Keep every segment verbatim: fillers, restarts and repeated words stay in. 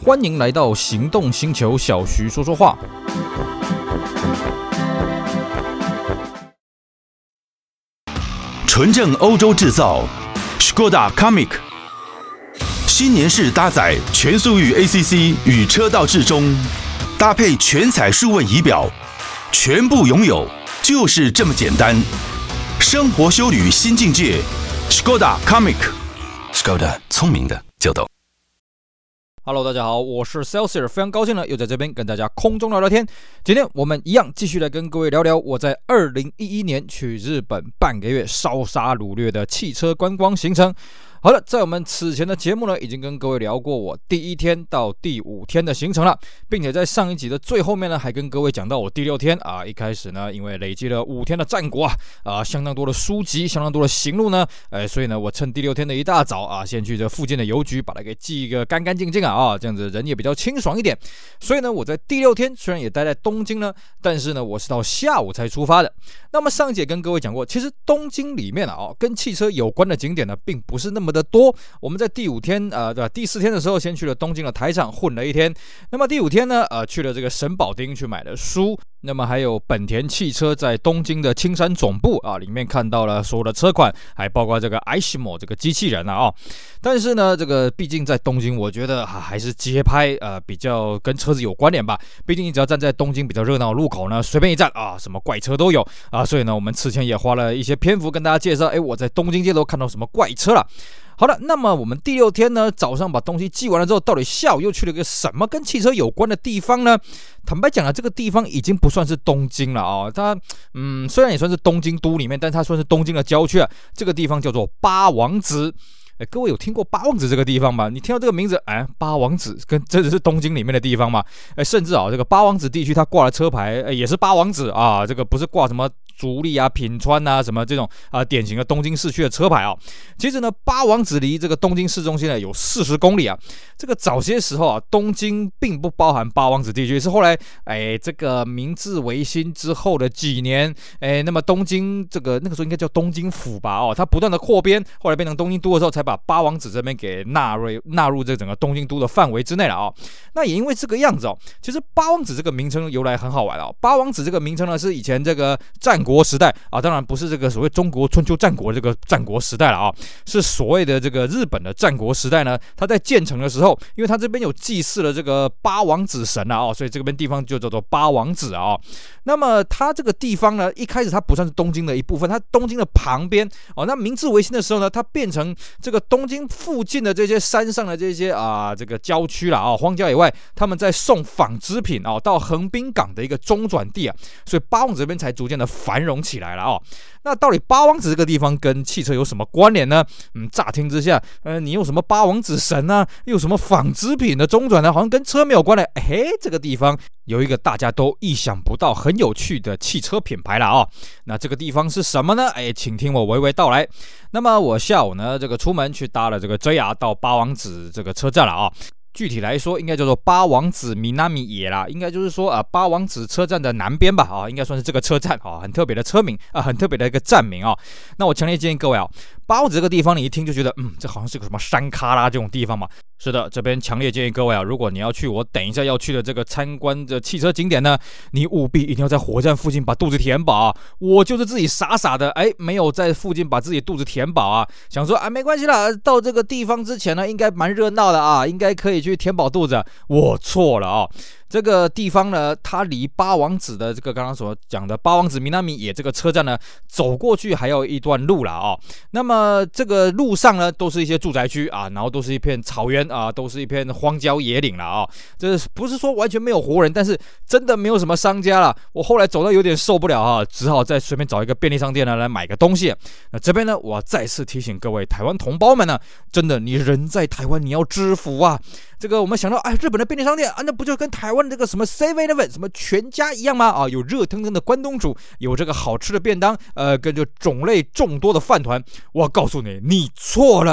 欢迎来到行动星球，小徐说说话。 纯正欧洲制造 Škoda Kamiq， 新年式搭载全速域 A C C 与车道智中，搭配全彩数位仪表，全部拥有就是这么简单。生活休旅新境界 ，Škoda Kamiq。Škoda 聪明的就懂。 Hello， 大家好，我是 Celsius， 非常高兴呢，又在这边跟大家空中聊聊天。今天我们一样继续来跟各位聊聊我在二零一一年去日本半个月烧杀掳掠的汽车观光行程。好了，在我们此前的节目呢，已经跟各位聊过我第一天到第五天的行程了，并且在上一集的最后面呢，还跟各位讲到我第六天啊，一开始呢，因为累积了五天的战果啊，啊，相当多的书籍，相当多的行路呢，哎，所以呢，我趁第六天的一大早啊，先去这附近的邮局把它给寄一个干干净净啊，啊，这样子人也比较清爽一点。所以呢，我在第六天虽然也待在东京呢，但是呢，我是到下午才出发的。那么上一集也跟各位讲过，其实东京里面啊，跟汽车有关的景点呢，并不是那么的多。我们在第五天，呃，对吧？第四天的时候，先去了东京的台场混了一天。那么第五天呢，呃，去了这个神保町去买了书。那么还有本田汽车在东京的青山总部啊，里面看到了所有的车款，还包括这个 i s h i m o 这个机器人啊、哦。但是呢，这个毕竟在东京，我觉得、啊、还是街拍呃比较跟车子有关联吧。毕竟你只要站在东京比较热闹的路口呢，随便一站啊，什么怪车都有啊。所以呢，我们此前也花了一些篇幅跟大家介绍，哎，我在东京街头看到什么怪车了。好了，那么我们第六天呢，早上把东西寄完了之后，到底下午又去了一个什么跟汽车有关的地方呢？坦白讲啊，这个地方已经不算是东京了啊、哦，它嗯虽然也算是东京都里面，但它算是东京的郊区啊。这个地方叫做八王子。哎，各位有听过八王子这个地方吗？你听到这个名字，哎，八王子跟真的是东京里面的地方吗？哎，甚至啊，这个八王子地区它挂的车牌，哎，也是八王子啊，这个不是挂什么足利啊、品川啊什么这种啊典型的东京市区的车牌啊。其实呢，八王子离这个东京市中心呢有四十公里啊。这个早些时候啊，东京并不包含八王子地区，是后来哎这个明治维新之后的几年，哎，那么东京这个那个时候应该叫东京府吧，哦，它不断的扩编，后来变成东京都的时候才把八王子这边给纳入纳入这整个东京都的范围之内了啊、哦。那也因为这个样子哦，其实八王子这个名称由来很好玩哦。八王子这个名称呢，是以前这个战国时代啊，当然不是这个所谓中国春秋战国这个战国时代了啊、哦，是所谓的这个日本的战国时代呢。它在建成的时候，因为它这边有祭祀了这个八王子神啊，哦，所以这边地方就叫做八王子啊、哦。那么它这个地方呢，一开始它不算是东京的一部分，它东京的旁边哦。那明治维新的时候呢，它变成这个东京附近的这些山上的这些啊这个郊区啦啊、哦，荒郊野外，他们在送纺织品啊、哦、到横滨港的一个中转地啊，所以八王子这边才逐渐的繁荣起来了哦。那到底八王子这个地方跟汽车有什么关联呢？嗯，乍听之下，呃，你有什么八王子神啊，又有什么纺织品的中转呢？好像跟车没有关联。哎，这个地方有一个大家都意想不到、很有趣的汽车品牌了哦。那这个地方是什么呢？哎，请听我娓娓道来。那么我下午呢，这个出门去搭了这个 J R 到八王子这个车站了啊、哦。具体来说，应该叫做八王子米纳米野啦，应该就是说啊、呃，八王子车站的南边吧，啊，应该算是这个车站啊，很特别的车名啊，很特别的一个站名啊。那我强烈建议各位啊，八王子这个地方你一听就觉得，嗯，这好像是个什么山咖啦这种地方嘛。是的，这边强烈建议各位啊，如果你要去我等一下要去的这个参观的汽车景点呢，你务必一定要在火车站附近把肚子填饱啊。我就是自己傻傻的，哎，没有在附近把自己肚子填饱啊，想说啊，没关系啦，到这个地方之前呢，应该蛮热闹的啊，应该可以去填饱肚子。我错了啊。这个地方呢，它离八王子的这个刚刚所讲的八王子米纳米野这个车站呢，走过去还有一段路啦哦。那么这个路上呢，都是一些住宅区啊，然后都是一片草原啊，都是一片荒郊野岭啦啊、哦。这不是说完全没有活人，但是真的没有什么商家啦。我后来走到有点受不了啊，只好再随便找一个便利商店呢来买个东西。那这边呢，我要再次提醒各位台湾同胞们呢，真的你人在台湾你要知福啊。这个我们想到，哎，日本的便利商店啊，那不就跟台湾的这个什么 seven eleven 什么全家一样吗？啊，有热腾腾的关东煮，有这个好吃的便当，呃，跟着种类众多的饭团。我告诉你，你错了。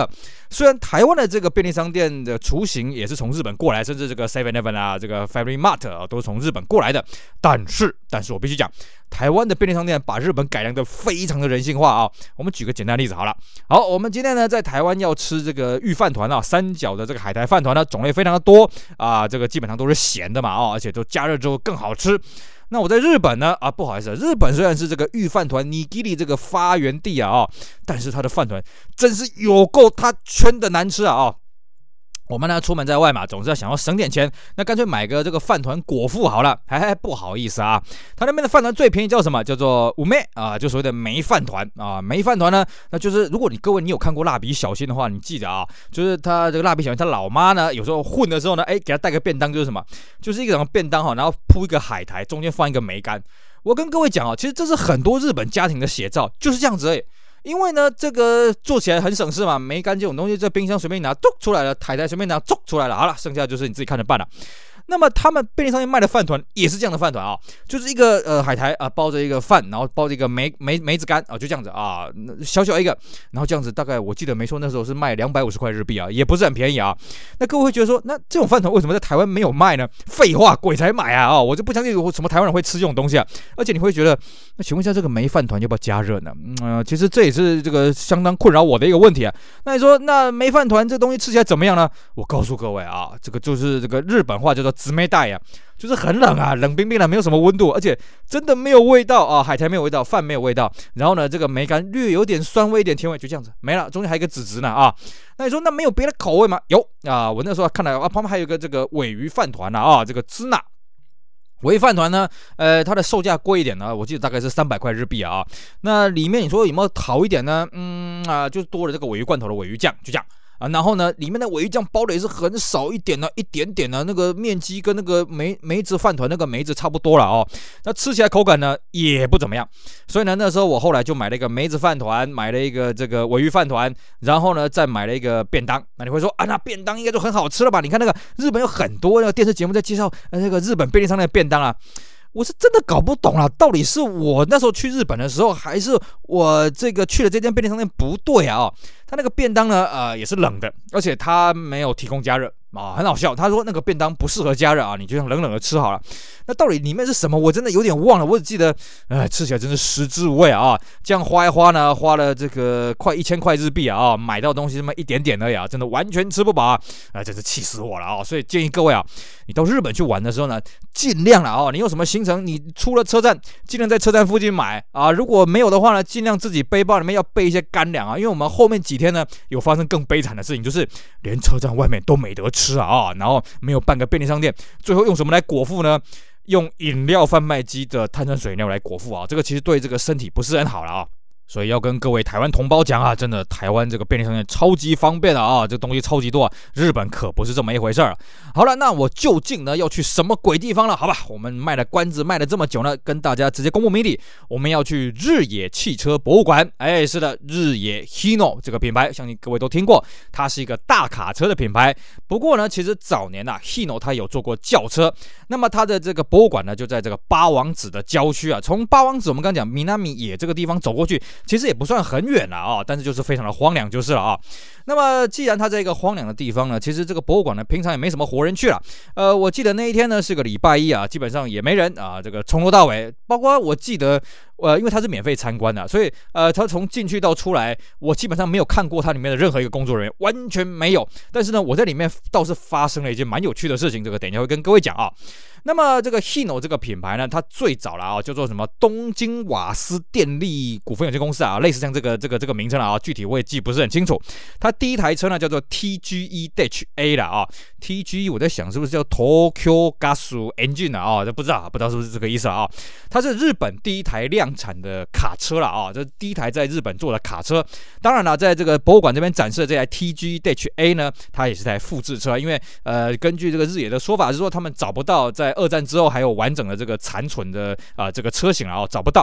虽然台湾的这个便利商店的雏形也是从日本过来，甚至这个 seven eleven 啊，这个 Family Mart 啊，都是从日本过来的，但是，但是我必须讲，台湾的便利商店把日本改良的非常的人性化啊。我们举个简单的例子好了，好，我们今天呢在台湾要吃这个御饭团啊，三角的这个海苔饭团呢，种类非常的多啊，这个基本上都是咸的嘛啊，而且都加热之后更好吃。那我在日本呢啊，不好意思，日本虽然是这个御饭团 nigiri 这个发源地啊，哦，但是它的饭团真是有够它圈的难吃啊啊！我们呢出门在外嘛，总是要想要省点钱，那干脆买个这个饭团果腹好了。还还不好意思啊，他那边的饭团最便宜叫什么？叫做五妹啊，就所谓的梅饭团啊。梅饭团呢，那就是如果你各位你有看过蜡笔小新的话，你记得啊，就是他这个蜡笔小新他老妈呢，有时候混的时候呢，哎，给他带个便当就是什么？就是一个便当哈，然后铺一个海苔，中间放一个梅干。我跟各位讲啊，其实这是很多日本家庭的写照，就是这样子而已。因为呢，这个做起来很省事嘛，梅干这种东西在冰箱随便拿，捉出来了，海苔随便拿，捉出来了，好了，剩下就是你自己看着办了。那么他们便利商店卖的饭团也是这样的饭团啊，就是一个呃海苔啊包着一个饭，然后包着一个梅梅梅子干啊，就这样子啊，小小一个，然后这样子大概我记得没错，那时候是卖两百五十块日币啊，也不是很便宜啊。那各位会觉得说，那这种饭团为什么在台湾没有卖呢？废话，鬼才买啊！哦，我就不相信有什么台湾人会吃这种东西啊。而且你会觉得，那请问一下，这个梅饭团要不要加热呢？嗯、呃，其实这也是这个相当困扰我的一个问题啊。那你说，那梅饭团这东西吃起来怎么样呢？我告诉各位啊，这个就是这个日本话叫做姊妹带啊。就是很冷啊，冷冰冰的，没有什么温度，而且真的没有味道啊，海苔没有味道，饭没有味道，然后呢，这个梅干略有点酸味，一点甜味，就这样子没了，中间还有一个籽籽呢啊。那你说那没有别的口味吗？有啊，我那时候看到啊，旁边还有一个这个鲔鱼饭团啊，啊，这个支那。鲔鱼饭团呢，呃，它的售价贵一点呢，我记得大概是三百块日币啊。那里面你说有没有好一点呢？嗯啊，就是多了这个鲔鱼罐头的鲔鱼酱，就这样。啊，然后呢，里面的鲔鱼酱包的也是很少一点呢，一点点呢，那个面积跟那个梅梅子饭团那个梅子差不多了哦。那吃起来口感呢也不怎么样，所以呢，那时候我后来就买了一个梅子饭团，买了一个这个鲔鱼饭团，然后呢再买了一个便当。那你会说啊，那便当应该就很好吃了吧？你看那个日本有很多那个电视节目在介绍呃那个日本便利商店的便当啊。我是真的搞不懂了，到底是我那时候去日本的时候，还是我这个去的这间便利商店不对啊？哦，他那个便当呢，呃，也是冷的，而且他没有提供加热啊，很好笑。他说那个便当不适合加热啊，你就像冷冷的吃好了。那到底里面是什么？我真的有点忘了，我只记得，哎，吃起来真是食之无味啊！这样花一花呢，花了这个快一千块日币啊，买到东西这么一点点而已啊，真的完全吃不饱啊！啊，真是气死我了啊！所以建议各位啊，你到日本去玩的时候呢，尽量了啊，你有什么行程，你出了车站，尽量在车站附近买啊。如果没有的话呢，尽量自己背包里面要备一些干粮啊，因为我们后面几天呢，有发生更悲惨的事情，就是连车站外面都没得吃啊，然后没有半个便利商店，最后用什么来果腹呢？用饮料贩卖机的碳酸水饮料来果腹啊，这个其实对这个身体不是很好了啊。所以要跟各位台湾同胞讲啊，真的台湾这个便利商店超级方便的啊，这个东西超级多啊，日本可不是这么一回事儿。好了，那我究竟呢要去什么鬼地方了？好吧，我们卖了关子卖了这么久呢，跟大家直接公布谜底，我们要去日野汽车博物馆。哎，是的，日野 Hino 这个品牌，相信各位都听过，它是一个大卡车的品牌。不过呢，其实早年啊 Hino 它有做过轿车，那么它的这个博物馆呢就在这个八王子的郊区啊。从八王子我们刚讲米纳米野这个地方走过去，其实也不算很远了啊，但是就是非常的荒凉就是了啊。那么既然它在一个荒凉的地方呢，其实这个博物馆呢平常也没什么活人去了。呃，我记得那一天呢是个礼拜一啊，基本上也没人啊，这个从头到尾，包括我记得呃，因为它是免费参观的，所以呃，它从进去到出来，我基本上没有看过它里面的任何一个工作人员，完全没有。但是呢，我在里面倒是发生了一件蛮有趣的事情，这个等一下会跟各位讲啊。那么这个 Hino 这个品牌呢，它最早了啊，叫做什么东京瓦斯电力股份有限公司啊，类似像这个这个这个名称了啊，具体我也记不是很清楚。它第一台车呢叫做 T G E-A 了啊 ，T G E 我在想是不是叫 Tokyo Gas Engine 啊？这不知道，不知道是不是这个意思啊？它是日本第一台量产的卡车了啊，这是第一台在日本做的卡车。当然了，在这个博物馆这边展示的这台 T G E-A 呢，它也是台复制车，因为呃，根据这个日野的说法是说，他们找不到在二战之后还有完整的这个残存的啊、呃、这个车型啊、哦，找不到。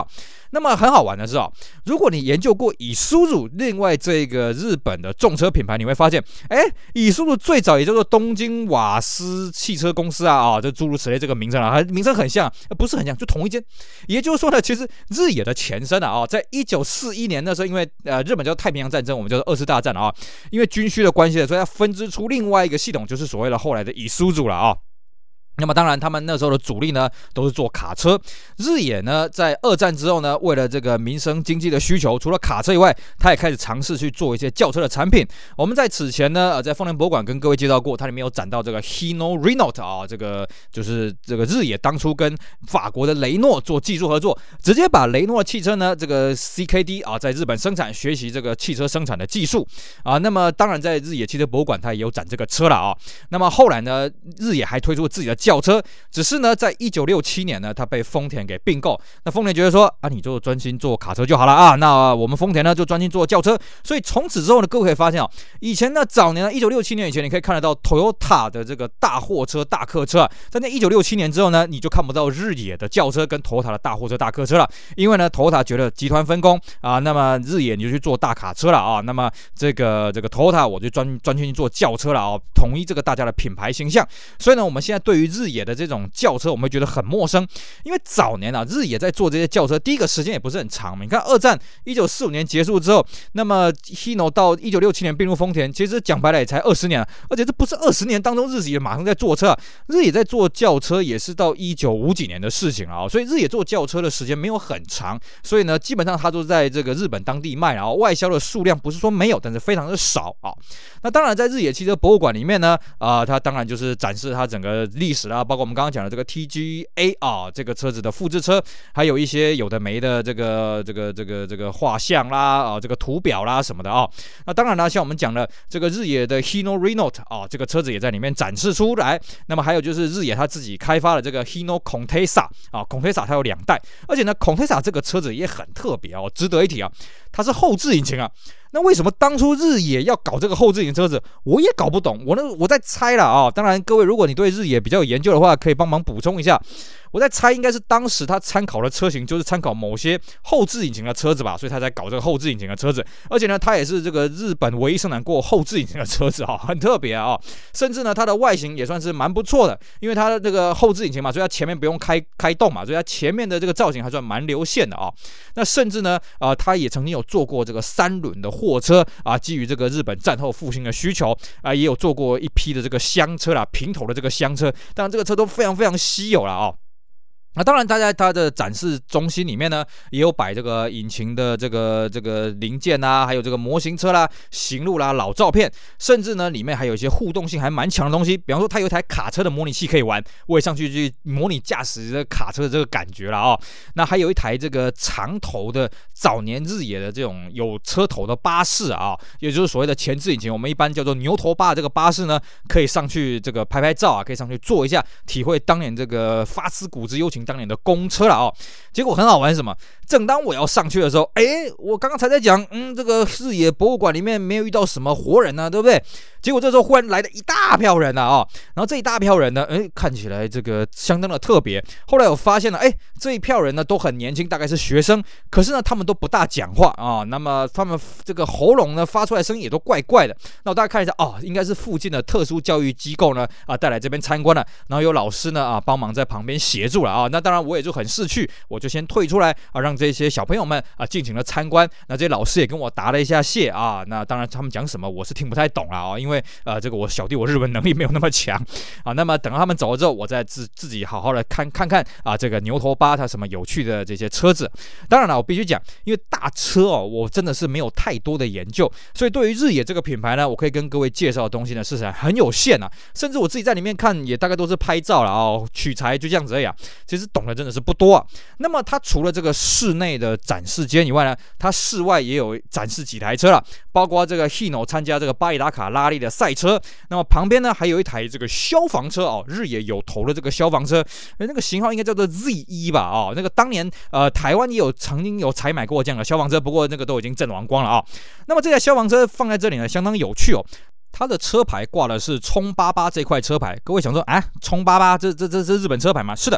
那么很好玩的是哦，如果你研究过以苏鲁另外这个日本的重车品牌，你会发现，哎，以苏鲁最早也叫做东京瓦斯汽车公司啊，啊、哦，这诸如此类这个名称啊，名称很像，不是很像，就同一间。也就是说呢，其实日野的前身啊，哦，在一九四一年的时候，因为呃日本叫太平洋战争，我们叫做二次大战啊，因为军需的关系，所以它分支出另外一个系统，就是所谓的后来的以苏鲁了啊。那么当然，他们那时候的主力呢，都是做卡车。日野呢，在二战之后呢，为了这个民生经济的需求，除了卡车以外，他也开始尝试去做一些轿车的产品。我们在此前呢，呃，在丰田博物馆跟各位介绍过，它里面有展到这个 Hino Renault 啊，这个就是这个日野当初跟法国的雷诺做技术合作，直接把雷诺汽车呢，这个 C K D 啊，在日本生产，学习这个汽车生产的技术啊。那么当然，在日野汽车博物馆，它也有展这个车了啊。那么后来呢，日野还推出自己的轿车，只是呢，在一九六七年呢，它被丰田给并购。那丰田觉得说啊，你就专心做卡车就好了啊，那我们丰田呢就专心做轿车。所以从此之后呢，各位可以发现哦，以前呢早年呢，一九六七年以前，你可以看得到 Toyota 的这个大货车、大客车啊，在那一九六七年之后呢，你就看不到日野的轿车跟 Toyota 的大货车、大客车了，因为呢 ，Toyota 觉得集团分工啊，那么日野你就去做大卡车了啊，那么这个这个 Toyota 我就专专心做轿车了啊，统一这个大家的品牌形象。所以呢，我们现在对于日野的这种轿车，我们会觉得很陌生，因为早年啊，日野在做这些轿车，第一个时间也不是很长嘛。你看二战一九四五年结束之后，那么 Hino 到一九六七年并入丰田，其实讲白了也才二十年了，而且这不是二十年当中日野马上在做车、啊，日野在做轿车也是到一九五几年的事情啊，所以日野做轿车的时间没有很长，所以呢，基本上它都在这个日本当地卖啊，外销的数量不是说没有，但是非常的少啊。那当然，在日野汽车博物馆里面呢，啊、呃，它当然就是展示它整个历史啦，包括我们刚刚讲的这个 T G A 啊，这个车子的复制车，还有一些有的没的这个这个这个这个画像啦啊，这个图表啦什么的啊。那当然呢，像我们讲的这个日野的 Hino Renault 啊，这个车子也在里面展示出来。那么还有就是日野他自己开发的这个 Hino Contessa 啊 ，Contessa 它有两代，而且呢 Contessa 这个车子也很特别哦，值得一提啊，它是后置引擎啊。那为什么当初日野要搞这个后置引擎车子，我也搞不懂。我呢，我在猜了啊、哦。当然，各位如果你对日野比较有研究的话，可以帮忙补充一下。我在猜，应该是当时他参考的车型就是参考某些后置引擎的车子吧，所以他才搞这个后置引擎的车子。而且呢，它也是这个日本唯一生产过后置引擎的车子啊、哦，很特别啊、哦。甚至呢，它的外形也算是蛮不错的，因为它的这个后置引擎嘛，所以它前面不用开开动嘛，所以它前面的这个造型还算蛮流线的啊、哦。那甚至呢，呃，它也曾经有做过这个三轮的货车啊，基于这个日本战后复兴的需求啊，也有做过一批的这个厢车啦，平头的这个厢车，当然这个车都非常非常稀有了啊、哦。那当然，它在它的展示中心里面呢，也有摆这个引擎的这个这个零件啊，还有这个模型车啦、行路啦、老照片，甚至呢里面还有一些互动性还蛮强的东西。比方说，它有一台卡车的模拟器可以玩，我也上去去模拟驾驶这个卡车的这个感觉了啊、哦。那还有一台这个长头的早年日野的这种有车头的巴士啊，也就是所谓的前置引擎，我们一般叫做牛头巴的这个巴士呢，可以上去这个拍拍照啊，可以上去坐一下，体会当年这个发思古之幽情。当年的公车了哦，结果很好玩是什么？正当我要上去的时候，哎，我刚刚才在讲，嗯，这个日野博物馆里面没有遇到什么活人啊，对不对？结果这时候忽然来了一大票人啊、哦，然后这一大票人呢，哎，看起来这个相当的特别。后来我发现了，哎，这一票人呢都很年轻，大概是学生，可是呢他们都不大讲话啊、哦，那么他们这个喉咙呢发出来的声音也都怪怪的。那我大家看一下哦，应该是附近的特殊教育机构呢啊带来这边参观了，然后有老师呢啊帮忙在旁边协助了啊。那当然我也就很识趣，我就先退出来啊，让这些小朋友们啊尽情的参观。那这些老师也跟我答了一下谢啊。那当然他们讲什么我是听不太懂了啊，因为呃这个我小弟我日文能力没有那么强啊。那么等到他们走了之后，我再自自己好好的看看看啊这个牛头巴它什么有趣的这些车子。当然了，我必须讲，因为大车哦，我真的是没有太多的研究，所以对于日野这个品牌呢，我可以跟各位介绍的东西呢，事实上很有限啊。甚至我自己在里面看，也大概都是拍照了哦，取材就这样子而已啊。其实懂的真的是不多啊。那么它除了这个室内的展示间以外呢，它室外也有展示几台车了，包括这个 Hino 参加这个巴黎达卡拉力的赛车。那么旁边呢还有一台这个消防车哦，日野有头的这个消防车，那个型号应该叫做 Z 一 吧哦，那个当年呃台湾也有曾经有采买过这样的消防车，不过那个都已经阵亡光了啊、哦。那么这台消防车放在这里呢，相当有趣哦。它的车牌挂的是冲八八这块车牌，各位想说啊，冲八八这这这这日本车牌吗？是的，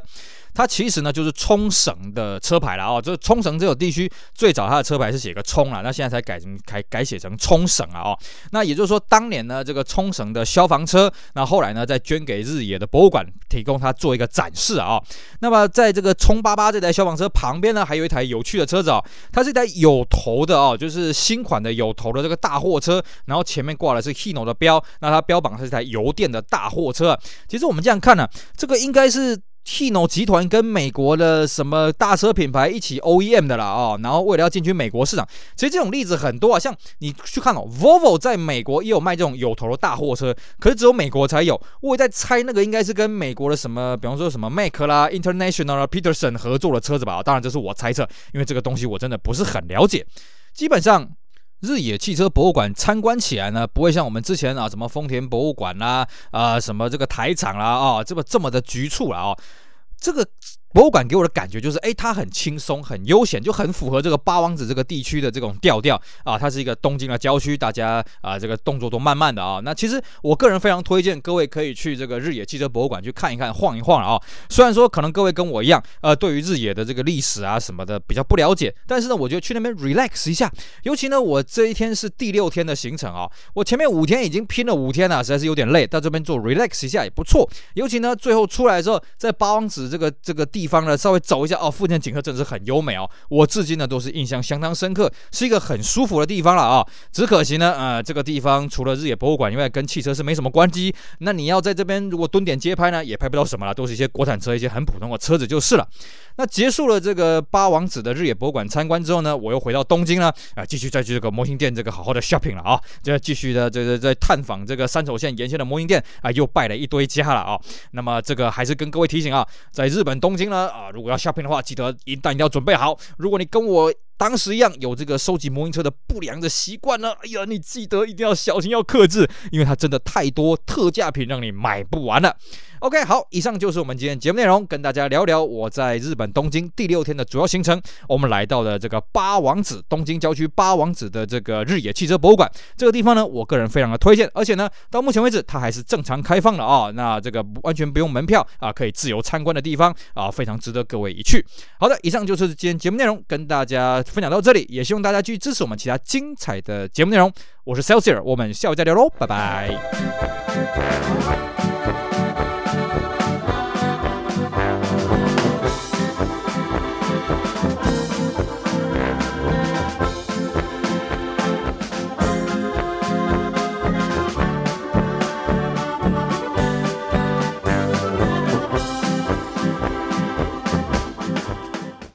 它其实呢就是冲绳的车牌啦哦，就是冲绳这个地区最早它的车牌是写个冲啦，那现在才改成改改写成冲绳啊哦。那也就是说，当年呢这个冲绳的消防车，那后来呢再捐给日野的博物馆，提供它做一个展示啊哦。那么在这个冲八八这台消防车旁边呢，还有一台有趣的车子哦，它是一台有头的哦，就是新款的有头的这个大货车，然后前面挂的是 Hino 的标，那它标榜是一台油电的大货车。其实我们这样看呢、啊，这个应该是Hino 集团跟美国的什么大车品牌一起 O E M 的啦哦，然后为了要进军美国市场，其实这种例子很多啊，像你去看哦 ，Volvo 在美国也有卖这种有头的大货车，可是只有美国才有。我也在猜那个应该是跟美国的什么，比方说什么 Mac 啦、International 啦、Peterson 合作的车子吧。当然这是我猜测，因为这个东西我真的不是很了解。基本上日野汽车博物馆参观起来呢，不会像我们之前啊什么丰田博物馆啦、啊、呃、什么这个台场啦啊、哦、这么这么的局促啦哦。这个博物馆给我的感觉就是，哎，它很轻松、很悠闲，就很符合这个八王子这个地区的这种调调啊。它是一个东京的郊区，大家啊这个动作都慢慢的啊。那其实我个人非常推荐各位可以去这个日野汽车博物馆去看一看、晃一晃啊。虽然说可能各位跟我一样，呃，对于日野的这个历史啊什么的比较不了解，但是呢，我觉得去那边 relax 一下。尤其呢，我这一天是第六天的行程啊，我前面五天已经拼了五天了，实在是有点累，到这边做 relax 一下也不错。尤其呢，最后出来之后，在八王子这个这个地方呢，稍微走一下哦，附近的景色真的是很优美哦，我至今呢都是印象相当深刻，是一个很舒服的地方了啊、哦。只可惜呢，呃，这个地方除了日野博物馆以外，跟汽车是没什么关系。那你要在这边如果蹲点街拍呢，也拍不到什么了，都是一些国产车，一些很普通的车子就是了。那结束了这个八王子的日野博物馆参观之后呢，我又回到东京了，啊、呃，继续再去这个模型店这个好好的 shopping 了啊，就继续的这个在探访这个山手线沿线的模型店啊、呃，又拜了一堆家了啊、哦。那么这个还是跟各位提醒啊，在日本东京呢啊、呃，如果要 shopping 的话，记得一旦一定要准备好。如果你跟我当时一样有这个收集模型车的不良的习惯呢，哎呀，你记得一定要小心，要克制，因为它真的太多特价品让你买不完了。OK， 好，以上就是我们今天节目内容，跟大家聊聊我在日本东京第六天的主要行程。我们来到了这个八王子，东京郊区八王子的这个日野汽车博物馆。这个地方呢，我个人非常的推荐，而且呢，到目前为止它还是正常开放的啊、哦。那这个完全不用门票啊，可以自由参观的地方啊，非常值得各位一去。好的，以上就是今天节目内容，跟大家分享到这里，也希望大家继续支持我们其他精彩的节目内容。我是 Celsius， 我们下回再聊喽，拜拜。